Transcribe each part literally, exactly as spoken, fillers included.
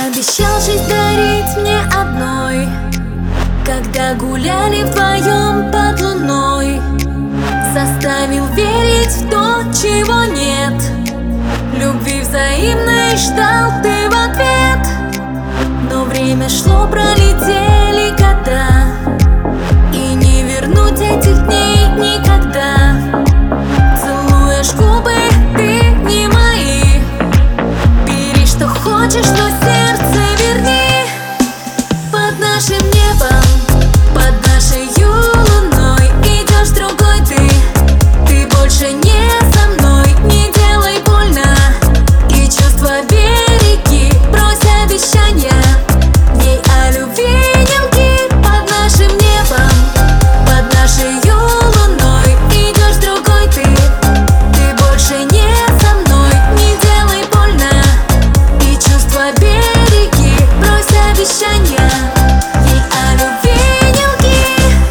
Обещал жизнь дарить мне одной, когда гуляли вдвоем под луной. Заставил верить в то, чего нет. Любви взаимной ждал ты в ответ. Но время шло, пролетели года, и не вернуть этих дней никогда. Целуешь губы, ты не мои. Бери, что хочешь, но сердце верни. Под нашим небом, под нашей луной идешь другой ты. Ты больше не со мной, не делай больно. И чувства береги, брось обещания. Ей о любви не лги. Под нашим небом, под нашей луной идешь другой ты. Ты больше не со мной, не делай больно. И чувства береги, брось обещания. Ей о любви не лги.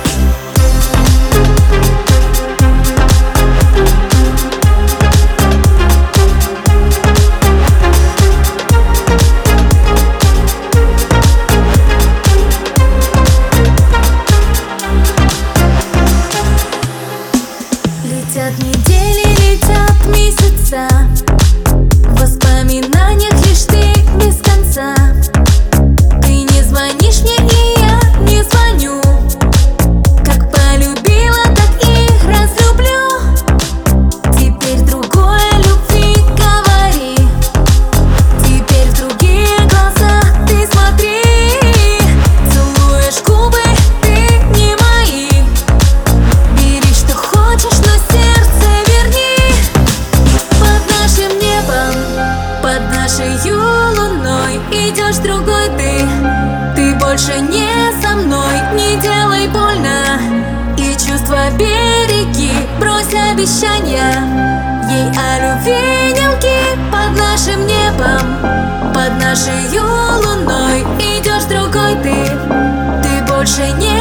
Летят недели, летят месяца, в воспоминаниях лишь ты без конца. Ты не звонишь мне, и я не звоню. Как полюбила, так и разлюблю. Теперь другой о любви говори. Теперь в другие глаза ты смотри. Целуешь губы, ты не мои. Бери, что хочешь, но сердце верни. Под нашим небом, под нашей луной идешь другой ты. Ты больше не со мной, не делай больно. И чувства береги, брось обещания. Ей о любви не лги. Под нашим небом, под нашей луной идешь другой ты. Ты больше не